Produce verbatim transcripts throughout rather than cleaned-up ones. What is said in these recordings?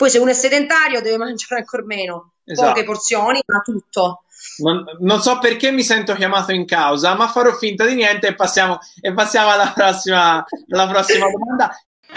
Poi se uno è sedentario deve mangiare ancora meno, poche Esatto. porzioni, ma tutto. Non, non so perché mi sento chiamato in causa, ma farò finta di niente e passiamo, e passiamo alla prossima, alla prossima domanda.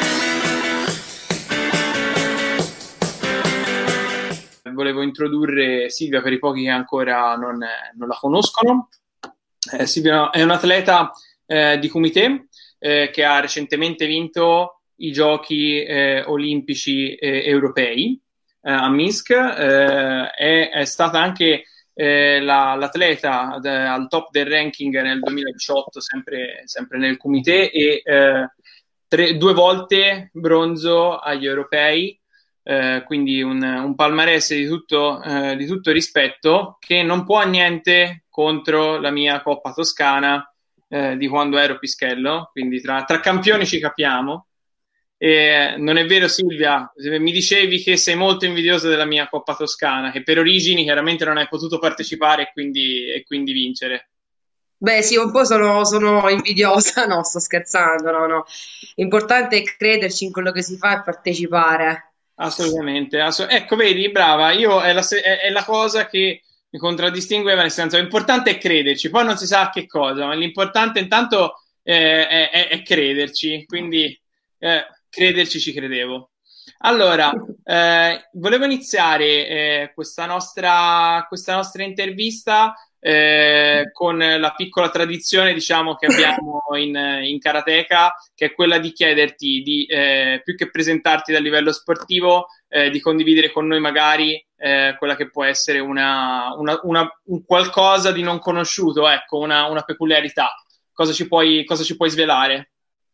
Volevo introdurre Silvia per i pochi che ancora non, non la conoscono. Eh, Silvia è un atleta eh, di Kumite eh, che ha recentemente vinto i giochi eh, olimpici eh, europei eh, a Minsk. Eh, è, è stata anche eh, la, l'atleta de, al top del ranking nel duemiladiciotto, sempre, sempre nel Kumite, e eh, tre, due volte bronzo agli europei. Eh, quindi un, un palmarès di tutto, eh, di tutto rispetto, che non può niente contro la mia Coppa Toscana eh, di quando ero pischello, quindi tra, tra campioni ci capiamo. E non è vero, Silvia? Mi dicevi che sei molto invidiosa della mia Coppa Toscana, che per origini chiaramente non hai potuto partecipare e quindi, e quindi vincere. Beh, sì, un po' sono, sono invidiosa, no, sto scherzando, no, no. L'importante è crederci in quello che si fa e partecipare. Assolutamente, asso- ecco, vedi, brava, io è la, se- è- è la cosa che mi contraddistingueva, nel senso, l'importante è crederci, poi non si sa a che cosa, ma l'importante intanto eh, è, è- è crederci, quindi eh, crederci ci credevo. Allora, eh, volevo iniziare eh, questa nostra, questa nostra intervista eh, con la piccola tradizione, diciamo, che abbiamo in, in Karateka, che è quella di chiederti di, eh, più che presentarti dal livello sportivo, eh, di condividere con noi magari eh, quella che può essere una, una- una- un qualcosa di non conosciuto, ecco, una, una peculiarità. Cosa ci puoi, cosa ci puoi svelare?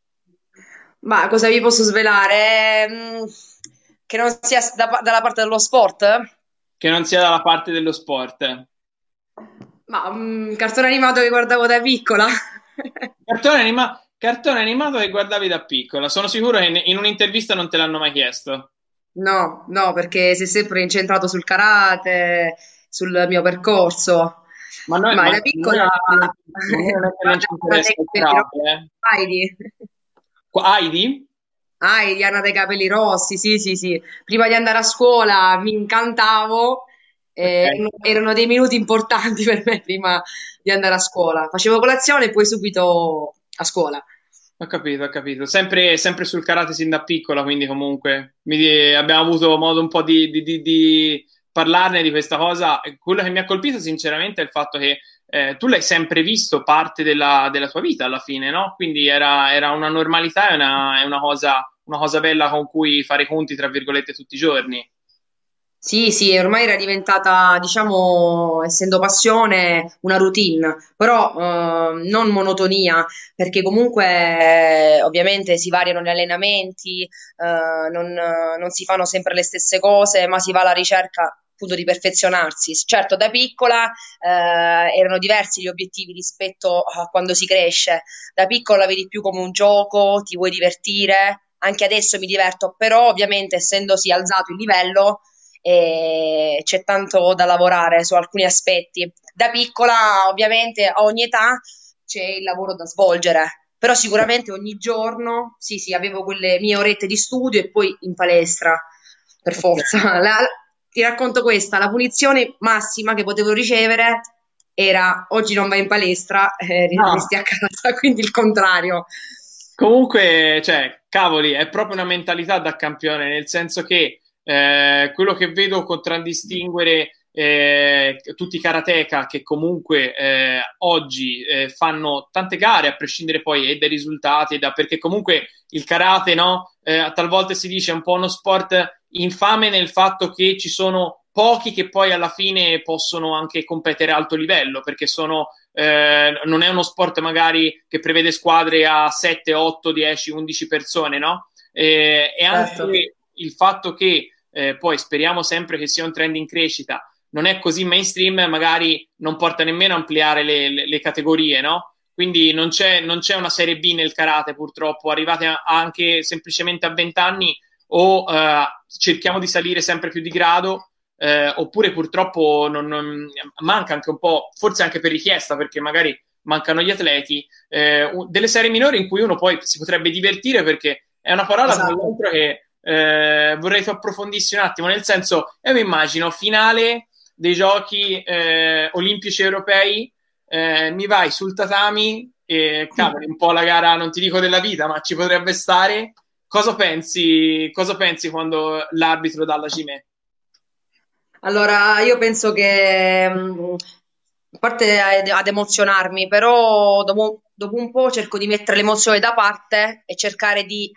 Ma cosa vi posso svelare? Mm, che non sia da- dalla parte dello sport? Che non sia dalla parte dello sport. Ma un cartone animato che guardavo da piccola. Cartone, anima- cartone animato che guardavi da piccola. Sono sicuro che in in un'intervista non te l'hanno mai chiesto. No, no, perché sei sempre incentrato sul karate, sul mio percorso. Ma noi, Ma ma da noi piccola non è che non, noi non è che non ci guardavo Anna interessa dei il capelli karate, eh. rossi, Heidi. Qua- Heidi? Heidi, Anna dei capelli rossi, sì, sì, sì. Prima di andare a scuola mi incantavo, Ok. eh, erano erano dei minuti importanti per me prima di andare a scuola. Facevo colazione e poi subito a scuola. Ho capito, ho capito. Sempre, sempre sul karate sin da piccola, quindi comunque mi- abbiamo avuto modo un po' di, di- di- di parlarne di questa cosa. E quello che mi ha colpito sinceramente è il fatto che eh, tu l'hai sempre visto parte della, della tua vita alla fine, no? Quindi era, era una normalità, è una, è una cosa, una cosa bella con cui fare i conti, tra virgolette, tutti i giorni. Sì, sì, ormai era diventata, diciamo, essendo passione, una routine, però eh, non monotonia, perché comunque eh, ovviamente si variano gli allenamenti, eh, non, non si fanno sempre le stesse cose, ma si va alla ricerca appunto di perfezionarsi. Certo, da piccola eh, erano diversi gli obiettivi rispetto a quando si cresce. Da piccola la vedi più come un gioco, ti vuoi divertire. Anche adesso mi diverto, però ovviamente essendosi alzato il livello e c'è tanto da lavorare su alcuni aspetti. Da piccola, ovviamente, a ogni età c'è il lavoro da svolgere, però sicuramente ogni giorno, sì, sì, avevo quelle mie orette di studio e poi in palestra, per forza. La- ti racconto questa, la punizione massima che potevo ricevere era oggi non vai in palestra, eh, No. resti a casa, quindi il contrario. Comunque, cioè, cavoli, è proprio una mentalità da campione, nel senso che eh, quello che vedo contraddistinguere eh, tutti i karateka che comunque eh, oggi eh, fanno tante gare, a prescindere poi e dai risultati, e da, perché comunque il karate, no? Eh, talvolta si dice è un po' uno sport infame nel fatto che ci sono pochi che poi alla fine possono anche competere a alto livello, perché sono eh, non è uno sport magari che prevede squadre a sette, otto, dieci, undici persone, no? Eh, e Certo. anche il fatto che eh, poi speriamo sempre che sia un trend in crescita, non è così mainstream, magari non porta nemmeno a ampliare le, le, le categorie, no? Quindi non c'è, non c'è una serie B nel karate, purtroppo, arrivate a, anche semplicemente a venti anni o eh, cerchiamo di salire sempre più di grado eh, oppure purtroppo non, non- manca anche un po', forse anche per richiesta, perché magari mancano gli atleti, eh, u- delle serie minori in cui uno poi si potrebbe divertire perché è una parola tra Esatto. l'altro che eh, vorrei tu approfondissi un attimo, nel senso, io mi immagino finale dei giochi eh, olimpici europei, eh, mi vai sul tatami e cavoli, un po' la gara, non ti dico della vita, ma ci potrebbe stare. Cosa pensi, cosa pensi quando l'arbitro dà la cimè? Allora, io penso che, mh, a parte ad, ad emozionarmi, però dopo, dopo un po' cerco di mettere l'emozione da parte e cercare di,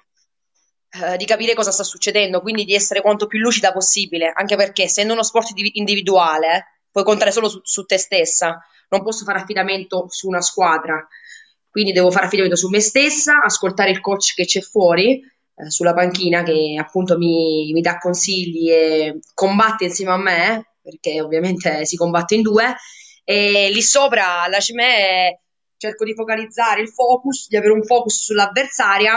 eh, di capire cosa sta succedendo, quindi di essere quanto più lucida possibile, anche perché essendo uno sport indivi- individuale, puoi contare solo su, su te stessa, non posso fare affidamento su una squadra, quindi devo fare affidamento su me stessa, ascoltare il coach che c'è fuori eh, sulla panchina che appunto mi, mi dà consigli e combatte insieme a me, perché ovviamente si combatte in due, e lì sopra alla CIME cerco di focalizzare il focus, di avere un focus sull'avversaria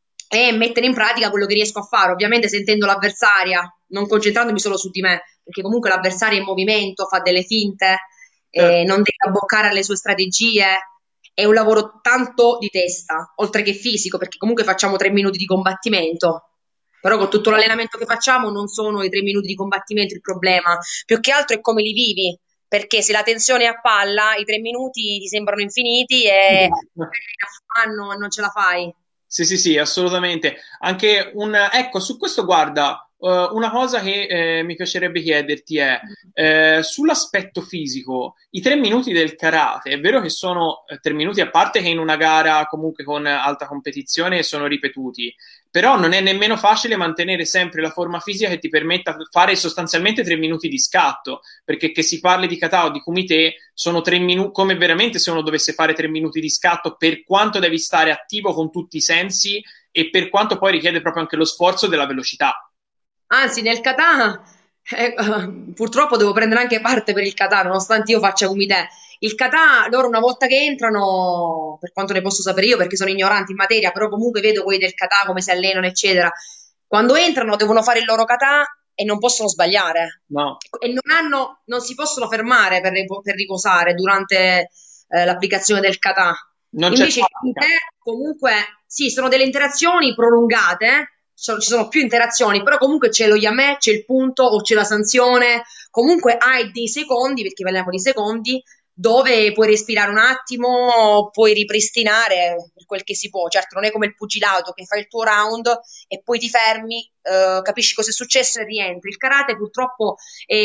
e mettere in pratica quello che riesco a fare, ovviamente sentendo l'avversaria, non concentrandomi solo su di me, perché comunque l'avversaria è in movimento, fa delle finte, eh, Certo. non deve abboccare alle sue strategie, è un lavoro tanto di testa, oltre che fisico, perché comunque facciamo tre minuti di combattimento. Però con tutto l'allenamento che facciamo non sono i tre minuti di combattimento il problema, più che altro è come li vivi, perché se la tensione è a palla, i tre minuti ti sembrano infiniti e Esatto. fanno e non ce la fai. Sì, sì, sì, assolutamente. Anche un, ecco, su questo guarda, eh, una cosa che eh, mi piacerebbe chiederti è, eh, sull'aspetto fisico, i tre minuti del karate, è vero che sono eh, tre minuti a parte che in una gara comunque con alta competizione sono ripetuti, però non è nemmeno facile mantenere sempre la forma fisica che ti permetta di fare sostanzialmente tre minuti di scatto, perché che si parli di kata o di kumite sono tre minuti, come veramente se uno dovesse fare tre minuti di scatto, per quanto devi stare attivo con tutti i sensi e per quanto poi richiede proprio anche lo sforzo della velocità. Anzi, nel kata, eh, purtroppo devo prendere anche parte per il kata, nonostante io faccia come te. Il kata, loro una volta che entrano, per quanto ne posso sapere io, perché sono ignorante in materia, però comunque vedo quelli del kata, come si allenano, eccetera. Quando entrano devono fare il loro kata e non possono sbagliare. No, E non hanno, non si possono fermare per, ripo- per riposare durante eh, l'applicazione del kata. non c'è Invece il pratica. Kumite comunque sì, sono delle interazioni prolungate, so- ci sono più interazioni, però comunque c'è lo yamè, c'è il punto o c'è la sanzione, comunque hai dei secondi, perché parliamo di secondi, dove puoi respirare un attimo, puoi ripristinare per quel che si può. Certo, non è come il pugilato che fai il tuo round e poi ti fermi, eh, capisci cosa è successo e rientri. Il karate purtroppo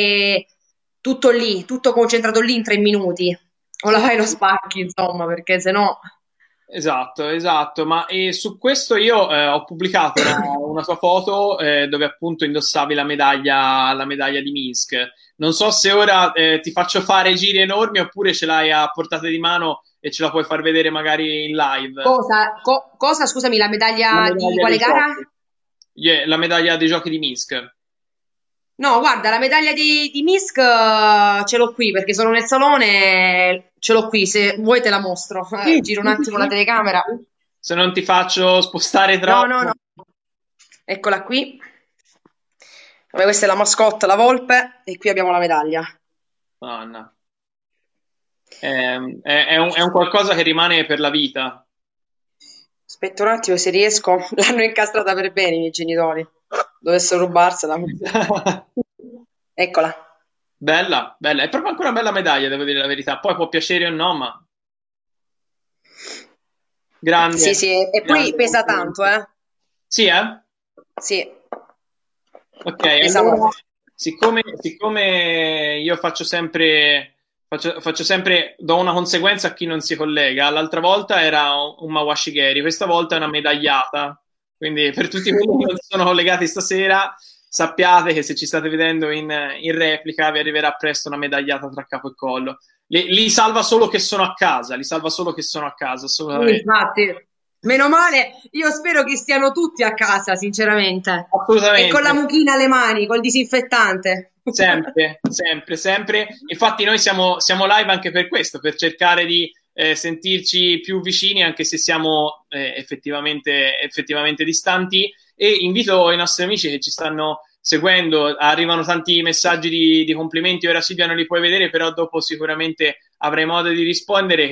è tutto lì, tutto concentrato lì in tre minuti. O la fai o lo spacchi, insomma, perché se no... Esatto, esatto, ma e su questo io eh, ho pubblicato una, una tua foto eh, dove appunto indossavi la medaglia, la medaglia di Minsk. Non so se ora eh, ti faccio fare giri enormi oppure ce l'hai a portata di mano e ce la puoi far vedere magari in live. Cosa, co- cosa, scusami, la La medaglia di medaglia quale dei gara? giochi. Yeah, la medaglia dei giochi di Minsk. No, guarda, la medaglia di, di Minsk eh, ce l'ho qui perché sono nel salone, ce l'ho qui, se vuoi te la mostro. Sì, Eh, giro un sì, sì, attimo la sì. telecamera. Se non ti faccio spostare No, no, troppo. no. Eccola qui. Vabbè, questa è la mascotte, la volpe, e qui abbiamo la medaglia. Anna. È, è- è un, è un qualcosa che rimane per la vita. Aspetta un attimo se riesco. L'hanno incastrata per bene i miei genitori. Dovessero rubarsela. Eccola. Bella, bella. È proprio ancora una bella medaglia, devo dire la verità. Poi può piacere o no, ma Sì, grande, sì, e poi grande pesa tanto, complimenti. eh. Sì, eh? Sì, Ok, pesa allora, molto. siccome, siccome io faccio sempre, faccio, faccio sempre, do una conseguenza a chi non si collega, l'altra volta era un, un Mawashigeri, questa volta è una medagliata. Quindi per tutti quelli che non si sono collegati stasera, sappiate che se ci state vedendo in, in replica vi arriverà presto una medagliata tra capo e collo. Li, li salva solo che sono a casa, li salva solo che sono a casa, Sì, assolutamente. infatti, meno male, io spero che stiano tutti a casa, sinceramente. E con la Assolutamente. mucchina alle mani, col disinfettante. Sempre, sempre, sempre. Infatti noi siamo, siamo live anche per questo, per cercare di eh, sentirci più vicini, anche se siamo eh, effettivamente, effettivamente distanti. E invito i nostri amici che ci stanno seguendo, arrivano tanti messaggi di, di complimenti, ora Silvia non li puoi vedere, però dopo sicuramente avrai modo di rispondere, che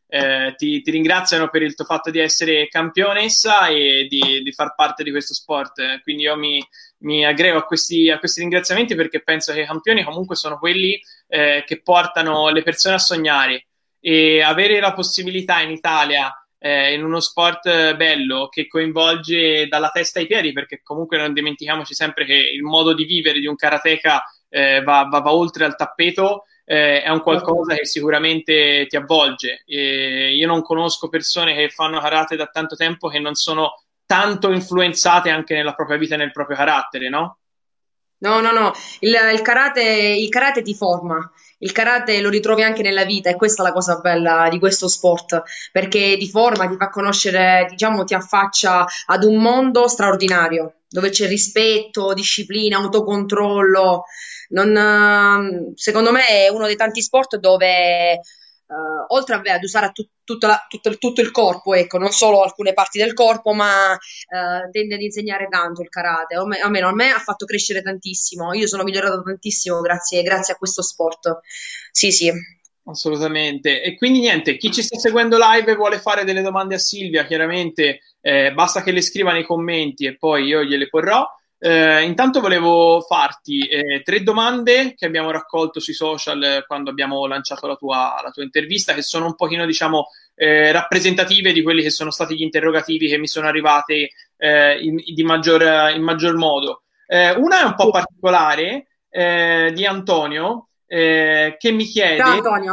eh, ti, ti ringraziano per il tuo fatto di essere campionessa e di, di far parte di questo sport. Quindi io mi, mi aggrego a questi, a questi ringraziamenti, perché penso che i campioni comunque sono quelli eh, che portano le persone a sognare, e avere la possibilità in Italia eh, in uno sport bello che coinvolge dalla testa ai piedi, perché comunque non dimentichiamoci sempre che il modo di vivere di un karateka eh, va, va, va oltre al tappeto, eh, è un qualcosa che sicuramente ti avvolge. E io non conosco persone che fanno karate da tanto tempo che non sono tanto influenzate anche nella propria vita e nel proprio carattere, no? No, no, no, il, il karate, il karate ti forma, il karate lo ritrovi anche nella vita e questa è la cosa bella di questo sport, perché ti forma, ti fa conoscere, diciamo, ti affaccia ad un mondo straordinario, dove c'è rispetto, disciplina, autocontrollo. Non, ehm, secondo me è uno dei tanti sport dove eh, oltre a, ad usare a tut- tutta la- tutto, il tutto il corpo, ecco, non solo alcune parti del corpo, ma eh, tende ad insegnare tanto il karate, o me- almeno a me ha fatto crescere tantissimo, io sono migliorata tantissimo grazie, grazie a questo sport. Sì, sì. Assolutamente. E quindi niente, chi ci sta seguendo live e vuole fare delle domande a Silvia, chiaramente eh, basta che le scriva nei commenti e poi io gliele porrò. Eh, intanto volevo farti eh, tre domande che abbiamo raccolto sui social eh, quando abbiamo lanciato la tua, la tua intervista, che sono un pochino, diciamo, eh, rappresentative di quelli che sono stati gli interrogativi che mi sono arrivati eh, in, di maggior, in maggior modo. Eh, una è un po' particolare, eh, di Antonio, eh, che mi Ciao chiede Antonio.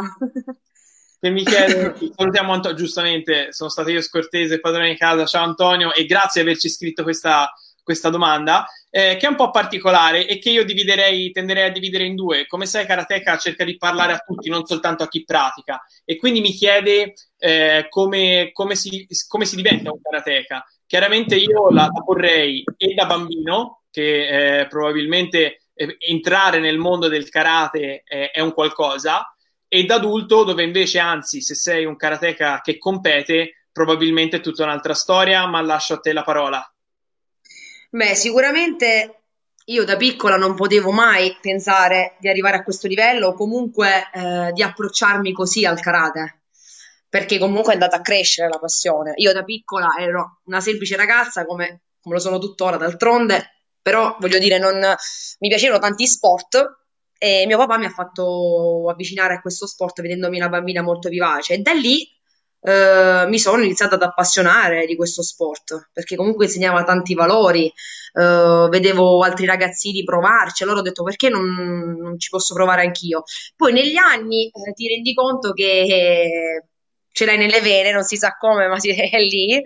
che mi chiede, salutiamo Antonio, giustamente sono stato io scortese, padrone di casa, ciao Antonio, e grazie di averci scritto questa, questa domanda, eh, che è un po' particolare e che io dividerei, tenderei a dividere in due. Come sai, Karateka cerca di parlare a tutti, non soltanto a chi pratica, e quindi mi chiede eh, come, come, si, come si diventa un Karateka. Chiaramente io la, la porrei e da bambino, che eh, probabilmente eh, entrare nel mondo del karate è, è un qualcosa, e da adulto, dove invece, anzi, se sei un karateka che compete, probabilmente è tutta un'altra storia, ma lascio a te la parola. Beh, sicuramente io da piccola non potevo mai pensare di arrivare a questo livello o comunque eh, di approcciarmi così al karate, perché comunque è andata a crescere la passione. Io da piccola ero una semplice ragazza, come, come lo sono tuttora d'altronde, però voglio dire, non, mi piacevano tanti sport e mio papà mi ha fatto avvicinare a questo sport vedendomi una bambina molto vivace e da lì eh, mi sono iniziata ad appassionare di questo sport perché comunque insegnava tanti valori, eh, vedevo altri ragazzini provarci, allora ho detto perché non, non ci posso provare anch'io. Poi negli anni eh, ti rendi conto che eh, ce l'hai nelle vene, non si sa come, ma si- è lì.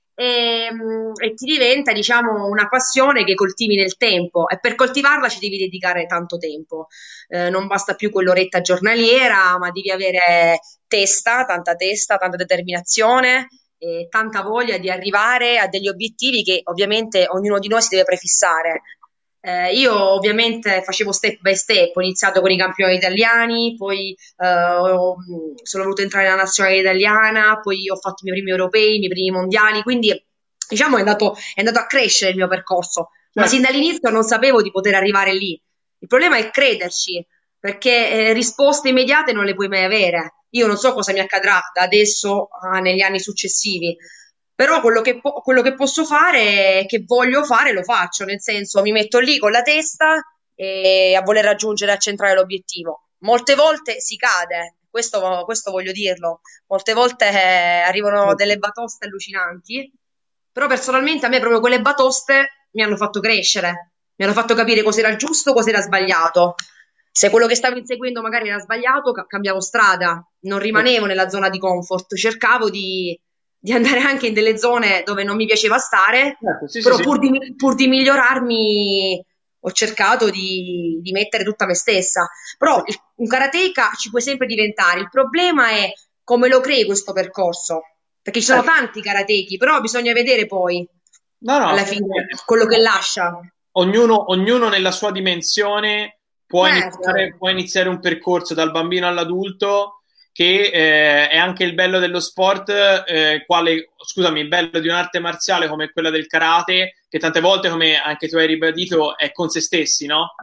E, mm, e ti diventa, diciamo, una passione che coltivi nel tempo e per coltivarla ci devi dedicare tanto tempo. Eh, non basta più quell'oretta giornaliera, ma devi avere testa, tanta testa, tanta determinazione e tanta voglia di arrivare a degli obiettivi che ovviamente ognuno di noi si deve prefissare. Eh, io ovviamente facevo step by step, ho iniziato con i campioni italiani, poi eh, ho- sono voluta entrare nella nazionale italiana, poi ho fatto i miei primi europei, i miei primi mondiali, quindi diciamo è andato, è andato a crescere il mio percorso, ma Certo. sin dall'inizio non sapevo di poter arrivare lì. Il problema è crederci, perché eh, risposte immediate non le puoi mai avere. Io non so cosa mi accadrà da adesso a- negli anni successivi, però quello che, po- quello che posso fare, che voglio fare, lo faccio, nel senso mi metto lì con la testa e a voler raggiungere e accentrare l'obiettivo. Molte volte si cade, questo, questo voglio dirlo, molte volte eh, arrivano delle batoste allucinanti, però personalmente a me proprio quelle batoste mi hanno fatto crescere, mi hanno fatto capire cos'era giusto, cos'era sbagliato. Se quello che stavo inseguendo magari era sbagliato, ca- cambiavo strada, non rimanevo nella zona di comfort, cercavo di, di andare anche in delle zone dove non mi piaceva stare, Certo, sì, sì, però sì. pur di, pur di migliorarmi ho cercato di, di mettere tutta me stessa. Però il- un karateka ci puoi sempre diventare, il problema è come lo crei questo percorso, perché ci sono Certo. tanti karateki, però bisogna vedere poi, No, no, alla fine, assolutamente. quello che lascia. Ognuno, ognuno nella sua dimensione può Certo. iniziare, può iniziare un percorso dal bambino all'adulto, che eh, è anche il bello dello sport, eh, quale, scusami, il bello di un'arte marziale come quella del karate, che tante volte, come anche tu hai ribadito, è con se stessi, no?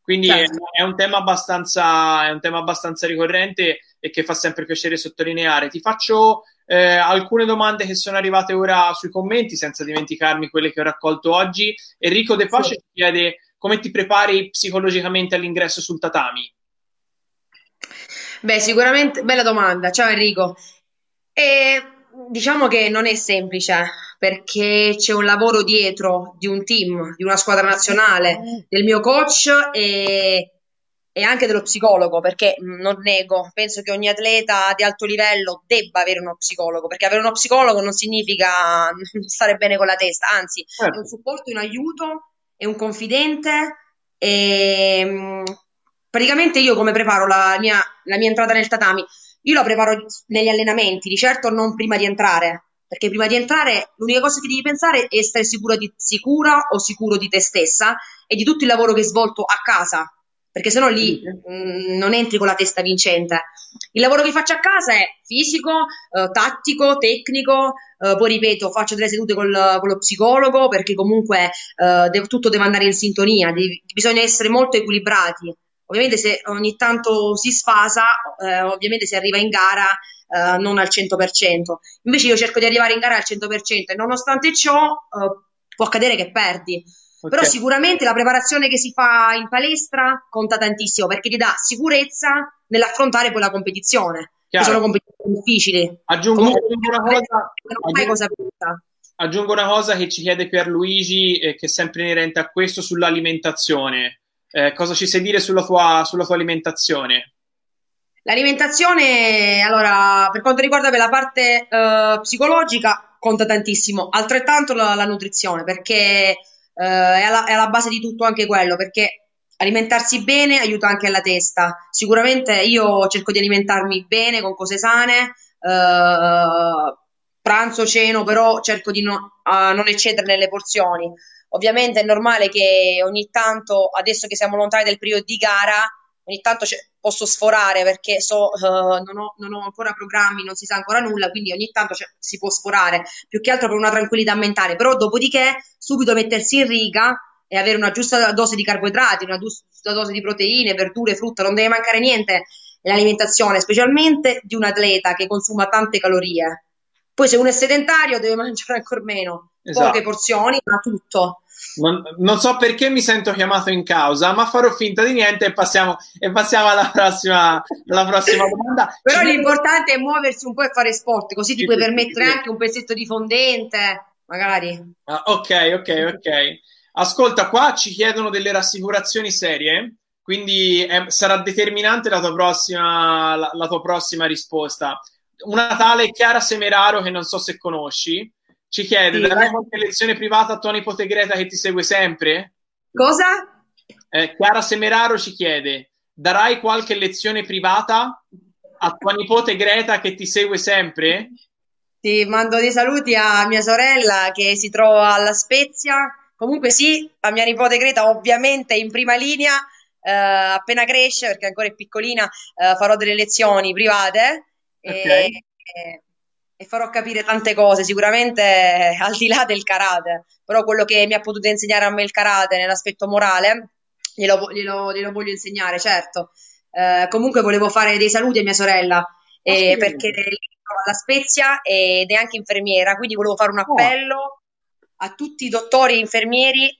Quindi è, certo. è un tema abbastanza, è un tema abbastanza ricorrente e che fa sempre piacere sottolineare. Ti faccio eh, alcune domande che sono arrivate ora sui commenti, senza dimenticarmi quelle che ho raccolto oggi. Enrico De Sì. Pace ti chiede come ti prepari psicologicamente all'ingresso sul tatami. Beh, sicuramente, bella domanda. Ciao Enrico. E diciamo che non è semplice perché c'è un lavoro dietro di un team, di una squadra nazionale, del mio coach e, e anche dello psicologo, perché mh, non nego, penso che ogni atleta di alto livello debba avere uno psicologo, perché avere uno psicologo non significa stare bene con la testa, anzi, è un Certo. supporto, un aiuto, è un confidente e mh, praticamente io come preparo la mia, la mia entrata nel tatami? Io la preparo negli allenamenti, di certo non prima di entrare, perché prima di entrare l'unica cosa che devi pensare è essere sicura, di, sicura o sicuro di te stessa e di tutto il lavoro che hai svolto a casa, perché sennò lì mh, non entri con la testa vincente. Il lavoro che faccio a casa è fisico, eh, tattico, tecnico, eh, poi ripeto, faccio delle sedute col- con lo psicologo perché comunque eh, dev- tutto deve andare in sintonia, devi- bisogna essere molto equilibrati. Ovviamente se ogni tanto si sfasa, eh, ovviamente si arriva in gara eh, non al cento per cento. Invece io cerco di arrivare in gara al cento per cento e nonostante ciò eh, può accadere che perdi. Ok, Però sicuramente la preparazione che si fa in palestra conta tantissimo perché ti dà sicurezza nell'affrontare poi la competizione, che sono chiaro. competizioni difficili. Aggiungo, Comunque aggiungo in una palestra cosa, non sai aggiungo, cosa pensa. aggiungo una cosa che ci chiede Pierluigi, eh, che è sempre inerente a questo, sull'alimentazione. Eh, cosa ci sai dire sulla tua, sulla tua alimentazione? L'alimentazione, allora, per quanto riguarda per la parte eh, psicologica, conta tantissimo, altrettanto la, la nutrizione, perché eh, è alla, è alla base di tutto anche quello, perché alimentarsi bene aiuta anche alla testa. Sicuramente io cerco di alimentarmi bene, con cose sane, eh, pranzo, ceno, però cerco di no- a non eccedere nelle porzioni. Ovviamente è normale che ogni tanto, adesso che siamo lontani dal periodo di gara, ogni tanto c'è- posso sforare perché so, eh, non ho, non ho ancora programmi, non si sa ancora nulla, quindi ogni tanto c'è- si può sforare, più che altro per una tranquillità mentale, però dopodiché subito mettersi in riga e avere una giusta dose di carboidrati, una giusta dose di proteine, verdure, frutta, non deve mancare niente nell'alimentazione, specialmente di un atleta che consuma tante calorie. Poi se uno è sedentario deve mangiare ancora meno, poche Esatto. porzioni, ma tutto. Non, non so perché mi sento chiamato in causa, ma farò finta di niente e passiamo, e passiamo alla prossima, alla prossima domanda. Però Ci l'importante è muoversi un po' e fare sport, così ti Sì, puoi sì, sì, permettere sì. anche un pezzetto di fondente, magari. Ah, ok, ok, ok. Ascolta, qua ci chiedono delle rassicurazioni serie, quindi eh, sarà determinante la tua prossima, la, la tua prossima risposta. Una tale Chiara Semeraro, che non so se conosci, ci chiede: Sì. darai qualche lezione privata a tua nipote Greta che ti segue sempre? Cosa? Eh, Chiara Semeraro ci chiede: darai qualche lezione privata a tua nipote Greta che ti segue sempre? Ti mando dei saluti a mia sorella che si trova alla Spezia. Comunque sì, a mia nipote Greta ovviamente in prima linea, eh, appena cresce, perché ancora è piccolina, eh, farò delle lezioni private Ok, e, e- e farò capire tante cose, sicuramente eh, al di là del karate, però quello che mi ha potuto insegnare a me il karate nell'aspetto morale, glielo, glielo- glielo voglio insegnare, certo. Eh, comunque volevo fare dei saluti a mia sorella eh, perché assolutamente. lei trova alla Spezia ed è anche infermiera, quindi volevo fare un Ah, appello a tutti i dottori e infermieri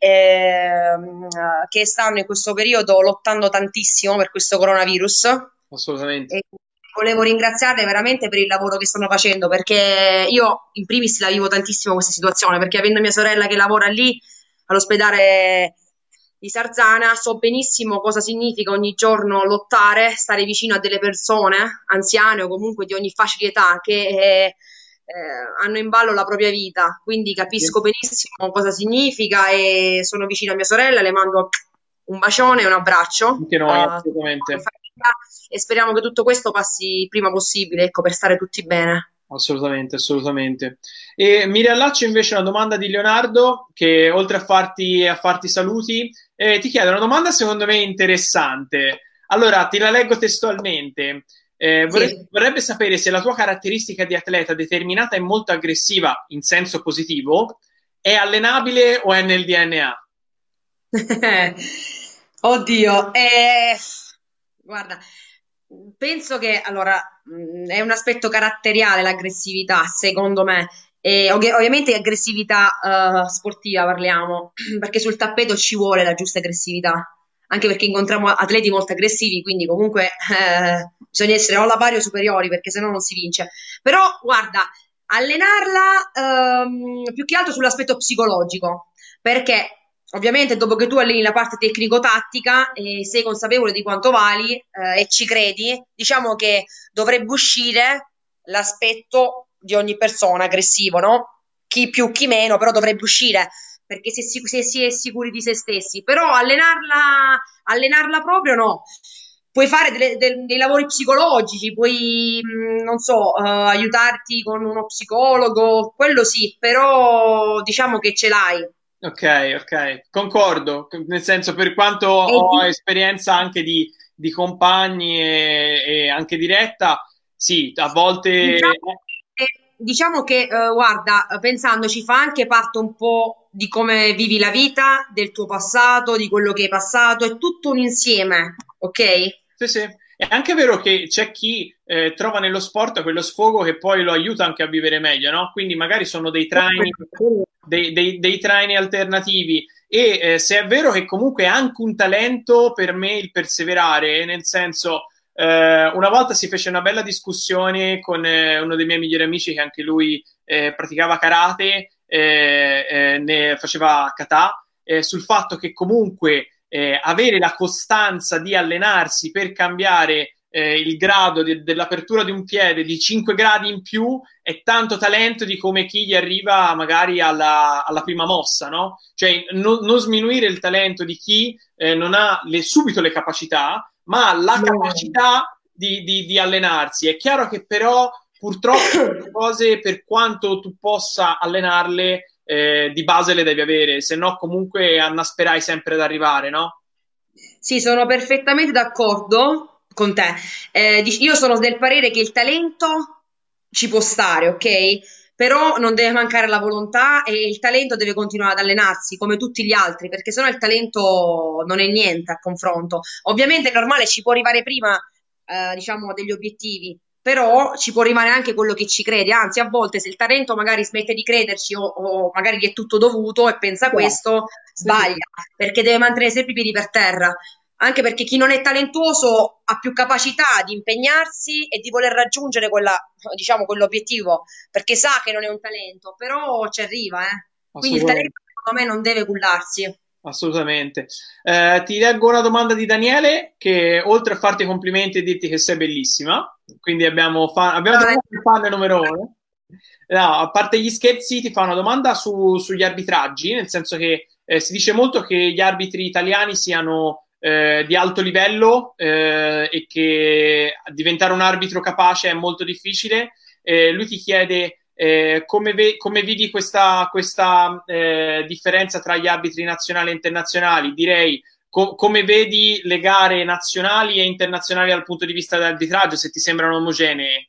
ehm, che stanno in questo periodo lottando tantissimo per questo coronavirus assolutamente. e volevo ringraziarle veramente per il lavoro che stanno facendo perché io in primis la vivo tantissimo questa situazione perché avendo mia sorella che lavora lì all'ospedale di Sarzana so benissimo cosa significa ogni giorno lottare, stare vicino a delle persone anziane o comunque di ogni fascia di età che eh, eh, hanno in ballo la propria vita, quindi capisco Sì. benissimo cosa significa e sono vicino a mia sorella, le mando un bacione e un abbraccio Anche noi, a assolutamente. famiglia e speriamo che tutto questo passi il prima possibile, ecco, per stare tutti bene. Assolutamente, assolutamente. E mi riallaccio invece a una domanda di Leonardo, che oltre a farti, a farti saluti, eh, ti chiede una domanda secondo me interessante. Allora, te la leggo testualmente. Eh, vorrei- Sì. vorrebbe sapere se la tua caratteristica di atleta determinata e molto aggressiva in senso positivo è allenabile o è nel D N A? Oddio, eh, guarda, penso che allora mh, è un aspetto caratteriale l'aggressività, secondo me. E ovvi- ovviamente aggressività eh, sportiva parliamo, perché sul tappeto ci vuole la giusta aggressività, anche perché incontriamo atleti molto aggressivi, quindi comunque eh, bisogna essere o alla pari o superiori, perché sennò non si vince. Però guarda, allenarla ehm, più che altro sull'aspetto psicologico, perché ovviamente dopo che tu alleni la parte tecnico-tattica e sei consapevole di quanto vali eh, e ci credi, diciamo che dovrebbe uscire l'aspetto di ogni persona aggressivo, no? Chi più, chi meno, però dovrebbe uscire perché se si, se si è sicuri di se stessi, però allenarla, allenarla proprio no. Puoi fare delle- del- dei lavori psicologici, puoi, mh, non so, eh, aiutarti con uno psicologo, quello sì, però diciamo che ce l'hai. Ok, ok, concordo, nel senso per quanto E ho di- esperienza anche di, di compagni e, e anche diretta, sì, a volte... Diciamo che, diciamo che, eh, guarda, pensandoci fa anche parte un po' di come vivi la vita, del tuo passato, di quello che hai passato, è tutto un insieme, ok? Sì, sì. È anche vero che c'è chi eh, trova nello sport quello sfogo che poi lo aiuta anche a vivere meglio, no? Quindi magari sono dei traini, dei, dei- dei traini alternativi. E eh, se è vero che comunque è anche un talento per me il perseverare, nel senso, eh, una volta si fece una bella discussione con eh, uno dei miei migliori amici che anche lui eh, praticava karate, eh, eh, ne faceva kata, eh, sul fatto che comunque eh, avere la costanza di allenarsi per cambiare eh, il grado de- dell'apertura di un piede di cinque gradi in più è tanto talento di come chi gli arriva magari alla, alla prima mossa, no? Cioè no- non sminuire il talento di chi eh, non ha le- subito le capacità, ma ha la No. capacità di, di- di allenarsi. È chiaro che però purtroppo queste cose, per quanto tu possa allenarle, eh, di base le devi avere, se no comunque annasperai sempre ad arrivare, no? Sì, sono perfettamente d'accordo con te. Eh, dic- io sono del parere che il talento ci può stare, ok? Però non deve mancare la volontà e il talento deve continuare ad allenarsi come tutti gli altri, perché sennò il talento non è niente a confronto. Ovviamente è normale, ci può arrivare prima, eh, diciamo, degli obiettivi, però ci può arrivare anche quello che ci crede. Anzi, a volte se il talento magari smette di crederci o, o magari gli è tutto dovuto e pensa questo, Sì, sì. sbaglia perché deve mantenere sempre i piedi per terra. Anche perché chi non è talentuoso ha più capacità di impegnarsi e di voler raggiungere quella, diciamo, quell'obiettivo, perché sa che non è un talento, però ci arriva, eh. Quindi il Assolutamente. talento, secondo me, non deve cullarsi. Assolutamente. Eh, ti leggo una domanda di Daniele che oltre a farti complimenti e dirti che sei bellissima, quindi abbiamo, fa- abbiamo Dai. trovato il fan numero uno. No, a parte gli scherzi, ti fa una domanda su- sugli arbitraggi, nel senso che eh, si dice molto che gli arbitri italiani siano eh, di alto livello eh, e che diventare un arbitro capace è molto difficile. Eh, lui ti chiede eh, come, ve- come vedi questa, questa eh, differenza tra gli arbitri nazionali e internazionali? Direi co- come vedi le gare nazionali e internazionali dal punto di vista dell'arbitraggio, se ti sembrano omogenee?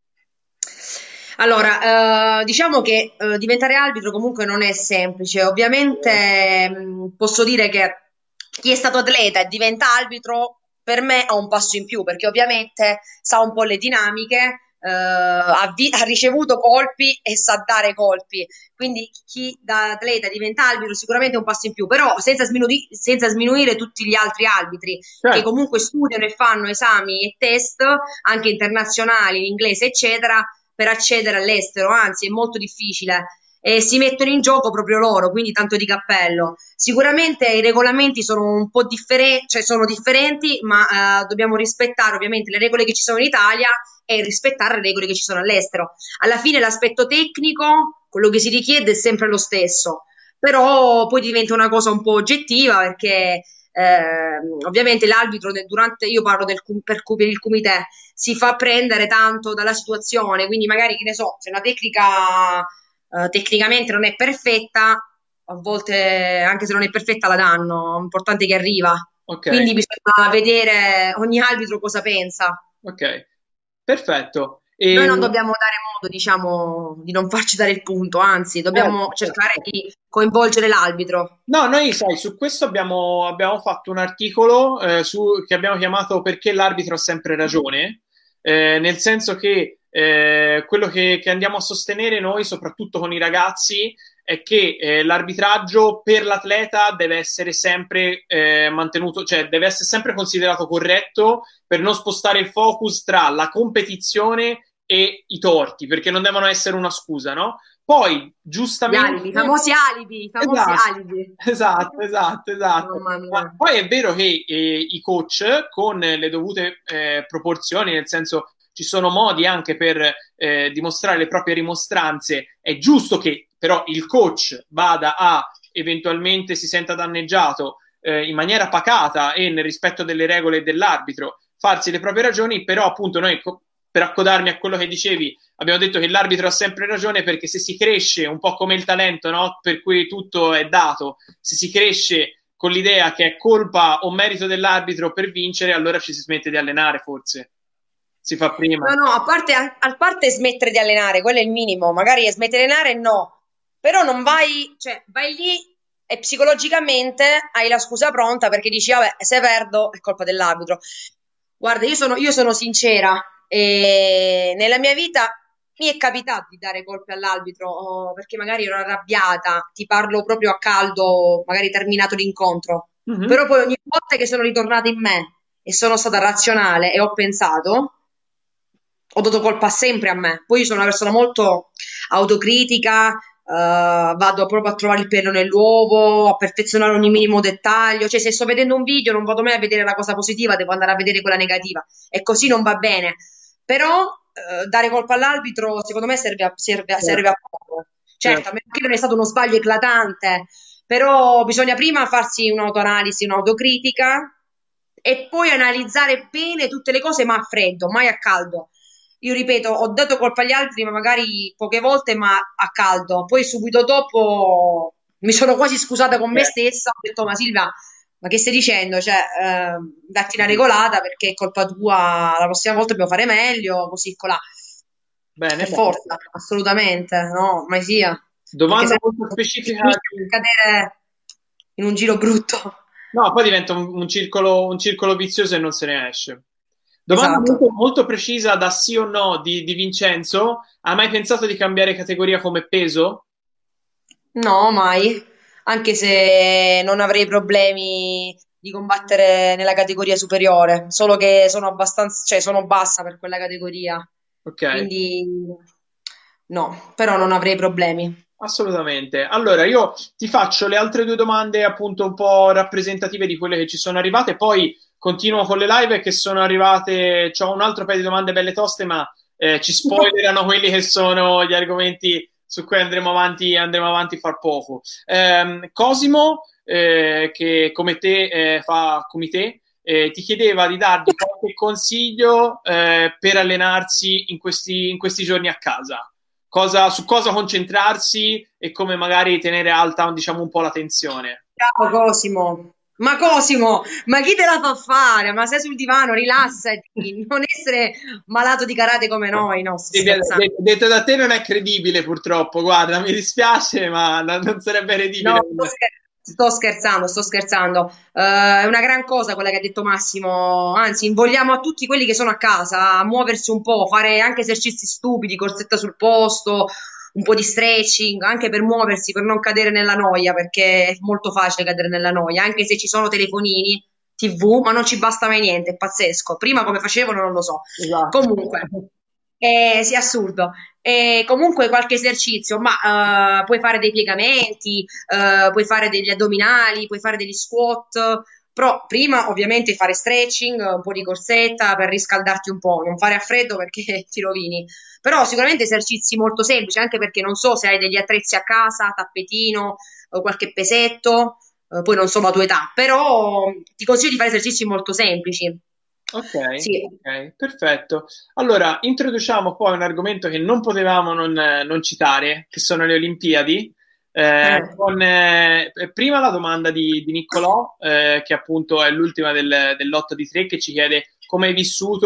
Allora, eh, diciamo che eh, diventare arbitro comunque non è semplice. Ovviamente mh, posso dire che chi è stato atleta e diventa arbitro per me ha un passo in più perché ovviamente sa un po' le dinamiche, eh, ha, vi- ha ricevuto colpi e sa dare colpi. Quindi chi da atleta diventa arbitro sicuramente è un passo in più, però senza, sminui- senza sminuire tutti gli altri arbitri che Certo, comunque studiano e fanno esami e test anche internazionali in inglese, eccetera per accedere all'estero, anzi è molto difficile e si mettono in gioco proprio loro, quindi tanto di cappello. Sicuramente i regolamenti sono un po' differenti, cioè sono differenti, ma eh, dobbiamo rispettare ovviamente le regole che ci sono in Italia e rispettare le regole che ci sono all'estero. Alla fine l'aspetto tecnico, quello che si richiede è sempre lo stesso, però poi diventa una cosa un po' oggettiva perché eh, ovviamente l'arbitro nel- durante, io parlo del, cum- per, cu- per il comité, si fa prendere tanto dalla situazione, quindi magari, che ne so, se una tecnica eh, tecnicamente non è perfetta, a volte anche se non è perfetta la danno, l'importante è che arriva. ok. Quindi bisogna vedere ogni arbitro cosa pensa. Ok, perfetto. Noi E, non dobbiamo dare modo, diciamo, di non farci dare il punto, anzi, dobbiamo cercare eh, di coinvolgere l'arbitro. No, noi sai, su questo abbiamo, abbiamo fatto un articolo eh, su- che abbiamo chiamato Perché l'arbitro ha sempre ragione, eh, nel senso che eh, quello che, che andiamo a sostenere noi, soprattutto con i ragazzi, è che eh, l'arbitraggio per l'atleta deve essere sempre eh, mantenuto, cioè deve essere sempre considerato corretto per non spostare il focus tra la competizione e i torti, perché non devono essere una scusa, no? Poi, Gli alibi, i giustamente, famosi alibi, i famosi esatto, alibi. esatto, esatto, esatto. Mamma Ma mia. poi è vero che eh, i coach, con le dovute eh, proporzioni, nel senso ci sono modi anche per eh, dimostrare le proprie rimostranze, è giusto che però il coach vada a eventualmente si senta danneggiato eh, in maniera pacata e nel rispetto delle regole dell'arbitro, farsi le proprie ragioni, però appunto noi, per accodarmi a quello che dicevi, abbiamo detto che l'arbitro ha sempre ragione perché se si cresce un po' come il talento, no? Per cui tutto è dato, se si cresce con l'idea che è colpa o merito dell'arbitro per vincere, allora ci si smette di allenare, forse. Si fa prima. No, no, a parte, a, a parte smettere di allenare, quello è il minimo, magari smettere di allenare no, però non vai, cioè vai lì e psicologicamente hai la scusa pronta perché dici, vabbè, se perdo è colpa dell'arbitro. Guarda, io sono, io sono sincera e nella mia vita mi è capitato di dare colpe all'arbitro oh, perché magari ero arrabbiata, ti parlo proprio a caldo, magari terminato l'incontro, Mhm. però poi ogni volta che sono ritornata in me e sono stata razionale e ho pensato, ho dato colpa sempre a me. Poi io sono una persona molto autocritica, eh, vado proprio a trovare il pelo nell'uovo, a perfezionare ogni minimo dettaglio. Cioè, se sto vedendo un video non vado mai a vedere la cosa positiva, devo andare a vedere quella negativa. E così non va bene. Però eh, dare colpa all'arbitro, secondo me, serve a, serve a- serve Certo, a poco. Certo, certo. a meno che non è stato uno sbaglio eclatante, però bisogna prima farsi un'autoanalisi, un'autocritica e poi analizzare bene tutte le cose, ma a freddo, mai a caldo. Io ripeto, ho dato colpa agli altri, ma magari poche volte, ma a caldo. Poi subito dopo mi sono quasi scusata con me Eh, stessa, ho detto, ma Silvia, ma che stai dicendo? Cioè, eh, datti una regolata perché è colpa tua, la prossima volta dobbiamo fare meglio, così colà. Bene, Per bene. forza, assolutamente, no, mai sia. Perché Domanda se molto no si specifica. finisce per di- cadere in un giro brutto. No, poi diventa un, un circolo, un circolo vizioso e non se ne esce. Domanda Esatto. molto, molto precisa da sì o no di, di Vincenzo. Ha mai pensato di cambiare categoria come peso? No, mai. Anche se non avrei problemi di combattere nella categoria superiore, solo che sono abbastanza, cioè sono bassa per quella categoria. Ok. Quindi no, però non avrei problemi. Assolutamente. Allora, io ti faccio le altre due domande, appunto, un po' rappresentative di quelle che ci sono arrivate, poi continuo con le live che sono arrivate. C'ho un altro paio di domande belle toste, ma eh, ci spoilerano quelli che sono gli argomenti su cui andremo avanti, andremo avanti fra poco. Ehm, Cosimo, eh, che come te eh, fa come te, eh, ti chiedeva di dargli qualche consiglio eh, per allenarsi in questi, in questi giorni a casa cosa, su cosa concentrarsi e come magari tenere alta, diciamo, un po' la tensione. Ciao Cosimo. Ma Cosimo, ma chi te la fa fare? Ma sei sul divano, rilassati, non essere malato di karate come noi, no, sto E de- scherzando. de- detto da te non è credibile purtroppo, guarda, mi dispiace, ma non, non sarebbe No, credibile. sto, scher- sto scherzando, sto scherzando. Eh, è una gran cosa quella che ha detto Massimo. Anzi, invogliamo a tutti quelli che sono a casa a muoversi un po', fare anche esercizi stupidi, corsetta sul posto, un po' di stretching, anche per muoversi, per non cadere nella noia, perché è molto facile cadere nella noia, anche se ci sono telefonini, T V, ma non ci basta mai niente, è pazzesco. Prima come facevano non lo so. Esatto. Comunque, eh, sì, assurdo. E comunque qualche esercizio, ma eh, puoi fare dei piegamenti, eh, puoi fare degli addominali, puoi fare degli squat, però prima ovviamente fare stretching, un po' di corsetta per riscaldarti un po', non fare a freddo perché ti rovini. Però sicuramente esercizi molto semplici, anche perché non so se hai degli attrezzi a casa, tappetino, o qualche pesetto, eh, poi non so la tua età, però ti consiglio di fare esercizi molto semplici. Ok, Sì. ok, perfetto. Allora, introduciamo poi un argomento che non potevamo non, non citare, che sono le Olimpiadi. Eh, Eh. con, eh, prima la domanda di, di Niccolò, eh, che appunto è l'ultima del, dell'otto di tre, che ci chiede come hai vissuto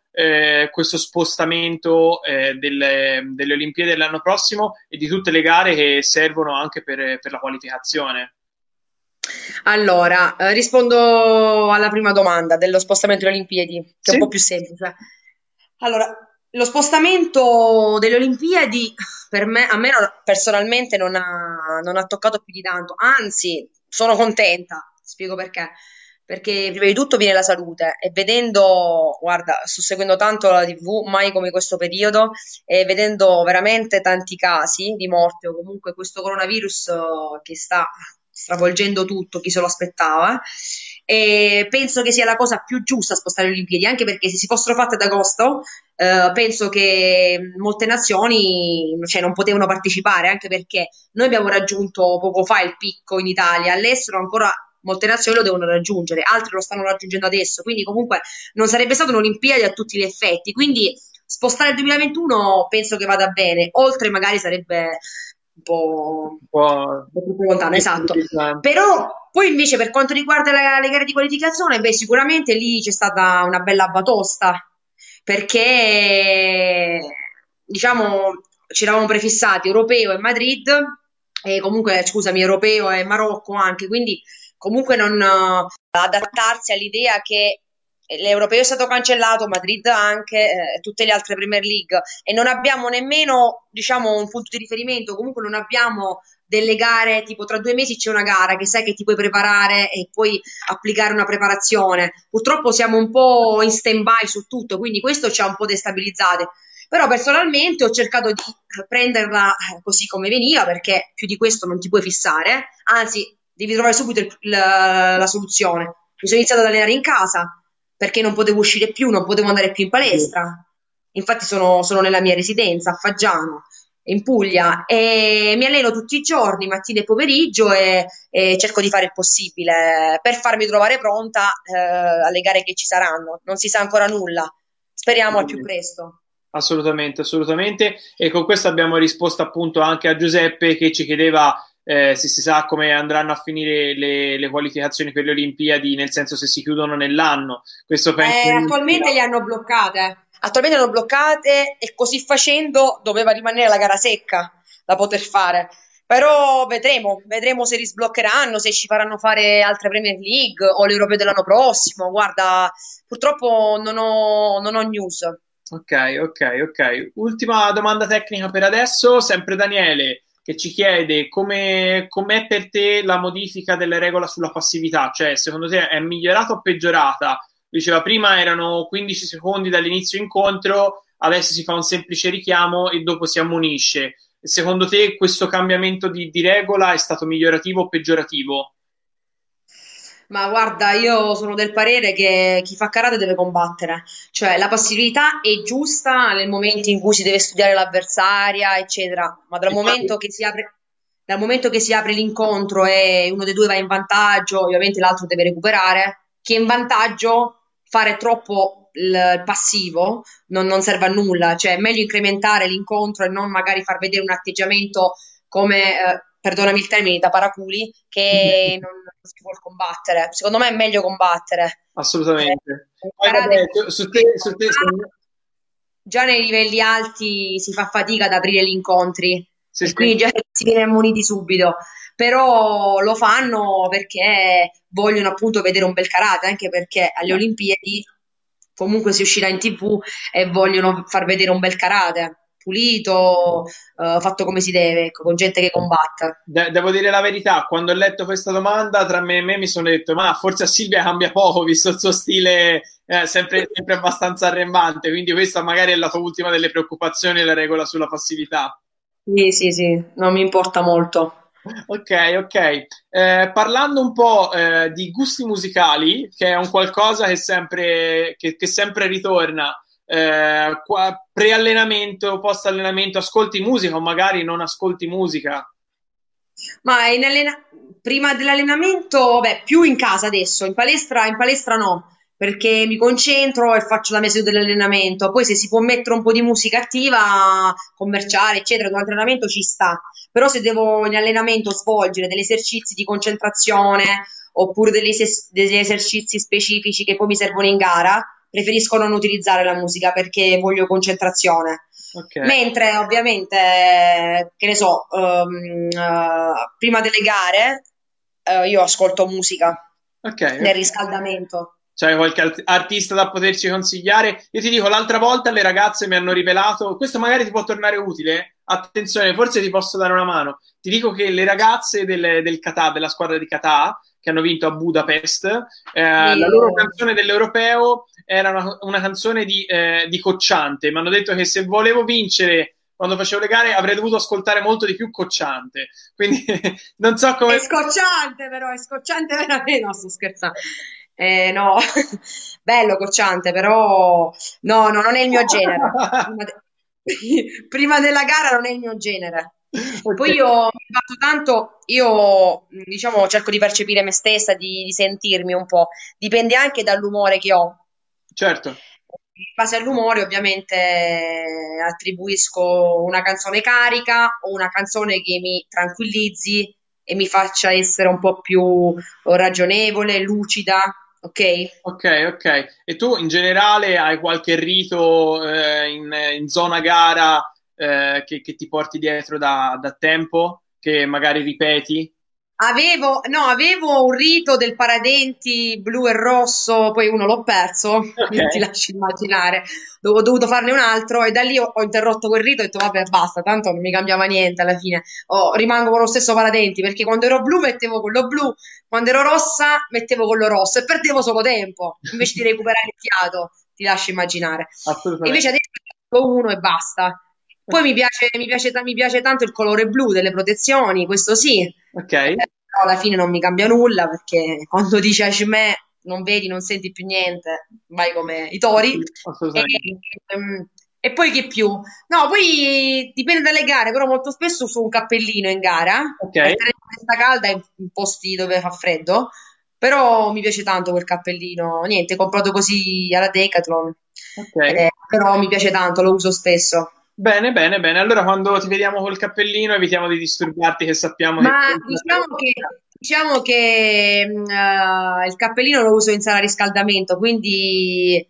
eh, questo spostamento eh, delle, delle Olimpiadi dell'anno prossimo e di tutte le gare che servono anche per, per la qualificazione? Allora, eh, rispondo alla prima domanda dello spostamento delle Olimpiadi, che è un po' Sì? più semplice. Allora, lo spostamento delle Olimpiadi per me, a me non- personalmente non ha, non ha toccato più di tanto, anzi, sono contenta, spiego perché. Perché prima di tutto viene la salute e vedendo, guarda, sto seguendo tanto la T V, mai come questo periodo, e vedendo veramente tanti casi di morte o comunque questo coronavirus eh, che sta stravolgendo tutto, chi se lo aspettava. E penso che sia la cosa più giusta spostare le Olimpiadi, anche perché se si fossero fatte ad agosto, eh, penso che molte nazioni, cioè, non potevano partecipare, anche perché noi abbiamo raggiunto poco fa il picco in Italia, all'estero ancora molte nazioni lo devono raggiungere, altre lo stanno raggiungendo adesso, quindi comunque non sarebbe stata un'Olimpiadi a tutti gli effetti, quindi spostare il duemilaventuno penso che vada bene, oltre magari sarebbe un po', Un po' un po' troppo lontano, esatto. destabilizzante. Però poi invece per quanto riguarda la- le gare di qualificazione, beh, sicuramente lì c'è stata una bella batosta, perché diciamo ci eravamo prefissati europeo e Madrid, e comunque scusami, europeo e Marocco anche, quindi comunque non eh, adattarsi all'idea che l'europeo è stato cancellato, Madrid anche, eh, tutte le altre Premier League e non abbiamo nemmeno, diciamo, un punto di riferimento, comunque non abbiamo delle gare, tipo tra due mesi c'è una gara che sai che ti puoi preparare e puoi applicare una preparazione. Purtroppo siamo un po' in stand-by su tutto, quindi questo ci ha un po' destabilizzate. Però personalmente ho cercato di prenderla eh, così come veniva, perché più di questo non ti puoi fissare, anzi devi trovare subito il- la, la soluzione. Mi sono iniziato ad allenare in casa perché non potevo uscire più, non potevo andare più in palestra. Infatti sono, sono nella mia residenza a Faggiano, in Puglia, e mi alleno tutti i giorni, mattina e pomeriggio, e, e cerco di fare il possibile per farmi trovare pronta eh, alle gare che ci saranno. Non si sa ancora nulla. Speriamo al più presto. Assolutamente, assolutamente. E con questo abbiamo risposto appunto anche a Giuseppe che ci chiedeva eh, se si sa come andranno a finire le, le qualificazioni per le Olimpiadi, nel senso se si chiudono nell'anno. Questo penso Eh, che attualmente le hanno bloccate. Attualmente le hanno bloccate e così facendo doveva rimanere la gara secca da poter fare. Però vedremo, vedremo se risbloccheranno, se ci faranno fare altre Premier League o l'Europeo dell'anno prossimo. Guarda, purtroppo non ho, non ho news. Ok, ok, ok. Ultima domanda tecnica per adesso, sempre Daniele, che ci chiede come com'è per te la modifica delle regole sulla passività, cioè secondo te è migliorata o peggiorata? Diceva prima erano quindici secondi dall'inizio incontro, adesso si fa un semplice richiamo e dopo si ammonisce. Secondo te questo cambiamento di, di regola è stato migliorativo o peggiorativo? Ma guarda, io sono del parere che chi fa karate deve combattere, cioè la passività è giusta nel momento in cui si deve studiare l'avversaria, eccetera, ma dal momento che si apre, dal momento che si apre l'incontro e uno dei due va in vantaggio, ovviamente l'altro deve recuperare, chi è in vantaggio fare troppo il passivo non, non serve a nulla, cioè è meglio incrementare l'incontro e non magari far vedere un atteggiamento come, eh, perdonami il termine, da paraculi, che non, non si può combattere. Secondo me è meglio combattere. Eh, Assolutamente. il Poi karate è vabbè, molto su te, su freddo. te, Già, già nei livelli alti si fa fatica ad aprire gli incontri sì, e sì. quindi già si viene ammoniti subito. Però lo fanno perché vogliono appunto vedere un bel karate, anche perché alle Olimpiadi comunque si uscirà in T V e vogliono far vedere un bel karate, pulito, eh, fatto come si deve, ecco, con gente che combatta. De- devo dire la verità, quando ho letto questa domanda, tra me e me mi sono detto, ma forse a Silvia cambia poco, visto il suo stile eh, sempre, sempre abbastanza arrembante, quindi questa magari è la tua ultima delle preoccupazioni, la regola sulla passività. Sì, sì, sì, non mi importa molto. Ok, ok. Eh, parlando un po' eh, di gusti musicali, che è un qualcosa che sempre, che, che sempre ritorna, eh, qua- pre-allenamento, post-allenamento, ascolti musica o magari non ascolti musica? Ma in allena- prima dell'allenamento, beh, più in casa adesso, in palestra, in palestra no, perché mi concentro e faccio la mia seduta dell'allenamento. Poi se si può mettere un po' di musica attiva, commerciale, eccetera, durante l'allenamento ci sta. Però se devo in allenamento svolgere degli esercizi di concentrazione oppure degli, eses- degli esercizi specifici che poi mi servono in gara, preferisco non utilizzare la musica perché voglio concentrazione. Ok, Mentre ovviamente, che ne so, ehm, eh, prima delle gare eh, io ascolto musica ok, nel ok. riscaldamento. C'è qualche alt- artista da poterci consigliare? Io ti dico, l'altra volta le ragazze mi hanno rivelato, questo magari ti può tornare utile. Attenzione, forse ti posso dare una mano. Ti dico che le ragazze del, del Qatar, della squadra di Qatar, che hanno vinto a Budapest, eh, la loro Io- canzone dell'Europeo era una, una canzone di, eh, di Cocciante. Mi hanno detto che se volevo vincere quando facevo le gare avrei dovuto ascoltare molto di più Cocciante. Quindi non so È come... scocciante però, è scocciante veramente. No, sto scherzando. Eh, no, bello cocciante, però no, no, non è il mio genere. Prima, de- prima della gara non è il mio genere. Ok, Poi io mi batto tanto, io diciamo cerco di percepire me stessa, di, di sentirmi un po'. Dipende anche dall'umore che ho. certo. In base all'umore, ovviamente, eh, attribuisco una canzone carica o una canzone che mi tranquillizzi e mi faccia essere un po' più ragionevole, lucida, ok? Ok, ok. E tu in generale hai qualche rito eh, in, in zona gara eh, che, che ti porti dietro da, da tempo, che magari ripeti? Avevo, no, avevo un rito del paradenti blu e rosso, poi uno l'ho perso, Ok, quindi ti lascio immaginare. Dove ho dovuto farne un altro e da lì ho, ho interrotto quel rito e ho detto vabbè basta, tanto non mi cambiava niente alla fine. Oh, rimango con lo stesso paradenti perché quando ero blu mettevo quello blu, quando ero rossa mettevo quello rosso e perdevo solo tempo invece di recuperare il fiato, ti lascio immaginare. E invece assolutamente. adesso ne metto uno e basta. Poi mi piace, mi piace, ta- mi piace tanto il colore blu delle protezioni, questo sì, eh, Ok, però alla fine non mi cambia nulla perché quando dice Ashmè non vedi, non senti più niente, vai come i tori. E, assolutamente. ehm, e poi che più? No, poi dipende dalle gare, però molto spesso uso un cappellino in gara Ok, per tenere la testa calda in, in posti dove fa freddo, però mi piace tanto quel cappellino, niente, comprato così alla Decathlon, ok. eh, però mi piace tanto, lo uso spesso. Bene, bene, bene. Allora quando ti vediamo col cappellino evitiamo di disturbarti, che sappiamo che... Ma diciamo che, diciamo che mh, eh, il cappellino lo uso in sala riscaldamento, quindi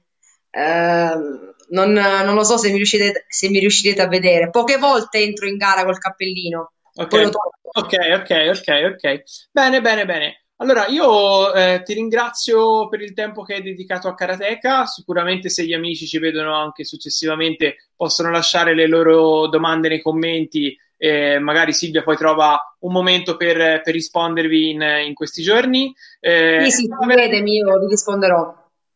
ehm, non, non lo so se mi riuscite, se mi riuscirete a vedere. Poche volte entro in gara col cappellino, Ok, poi lo tolgo. ok, ok, ok, ok. Bene, bene, bene. Allora, io eh, ti ringrazio per il tempo che hai dedicato a Karateka. Sicuramente se gli amici ci vedono anche successivamente possono lasciare le loro domande nei commenti e magari Silvia poi trova un momento per, per rispondervi in, in questi giorni. Eh, Sì, è sì, stata veramente- chiedetemi, io vi risponderò.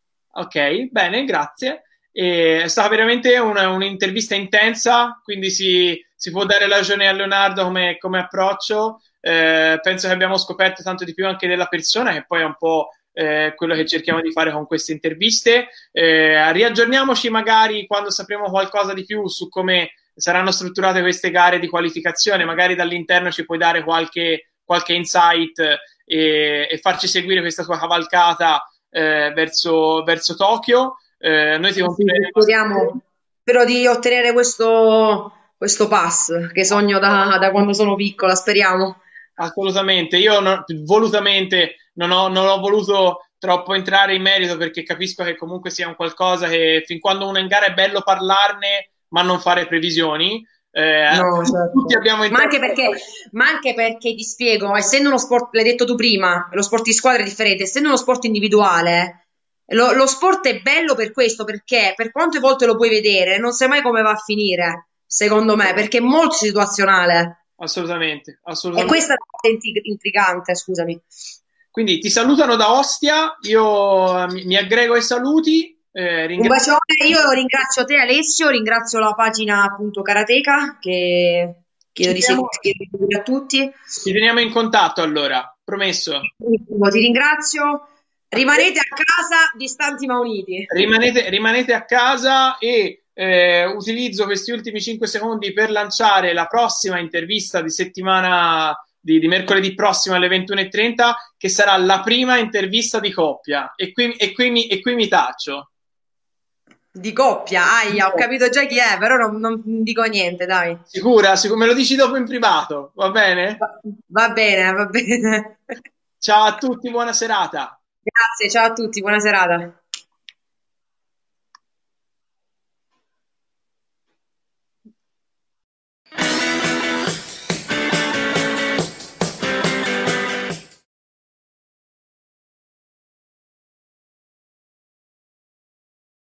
Ok, bene, grazie. E è stata veramente una- un'intervista intensa, quindi si, si può dare ragione a Leonardo come, come approccio. Eh, penso che abbiamo scoperto tanto di più anche della persona, che poi è un po' eh, quello che cerchiamo di fare con queste interviste. Eh, riaggiorniamoci magari quando sapremo qualcosa di più su come saranno strutturate queste gare di qualificazione. Magari dall'interno ci puoi dare qualche, qualche insight e, e farci seguire questa tua cavalcata eh, verso, verso Tokyo. Eh, noi ti Sì, sì, sì, continueremo a seguire. speriamo, spero di ottenere questo, questo pass che sogno da, da quando sono piccola, speriamo. Assolutamente, io non- volutamente non ho, non ho voluto troppo entrare in merito perché capisco che comunque sia un qualcosa che fin quando uno è in gara è bello parlarne, ma non fare previsioni. Eh, No, tutti certo. abbiamo Ma anche intento. perché, ma anche perché ti spiego, essendo uno sport, l'hai detto tu prima, lo sport di squadra è differente, essendo uno sport individuale, lo, lo sport è bello per questo, perché per quante volte lo puoi vedere, non sai mai come va a finire, secondo me, perché è molto situazionale. Assolutamente, E assolutamente. questa è la cosa intrig- intrigante, scusami. Quindi ti salutano da Ostia, io eh, mi, mi aggrego ai saluti, eh, Un ringrazio. bacione, io ringrazio te Alessio, ringrazio la pagina appunto Karateka che Ci chiedo di teniamo, seguire a tutti. ci teniamo in contatto allora, promesso. Benissimo, ti ringrazio. A te. Rimanete a casa distanti ma uniti. Rimanete, rimanete a casa e eh, utilizzo questi ultimi cinque secondi per lanciare la prossima intervista di settimana di, di mercoledì prossimo alle ventuno e trenta, che sarà la prima intervista di coppia. E qui, e qui, mi, e qui mi taccio. Di coppia, aia, ho capito già chi è, però non, non dico niente, dai. Sicura? Sicur- me lo dici dopo in privato, va bene? Va, va bene, va bene. Ciao a tutti, buona serata. Grazie, ciao a tutti, buona serata.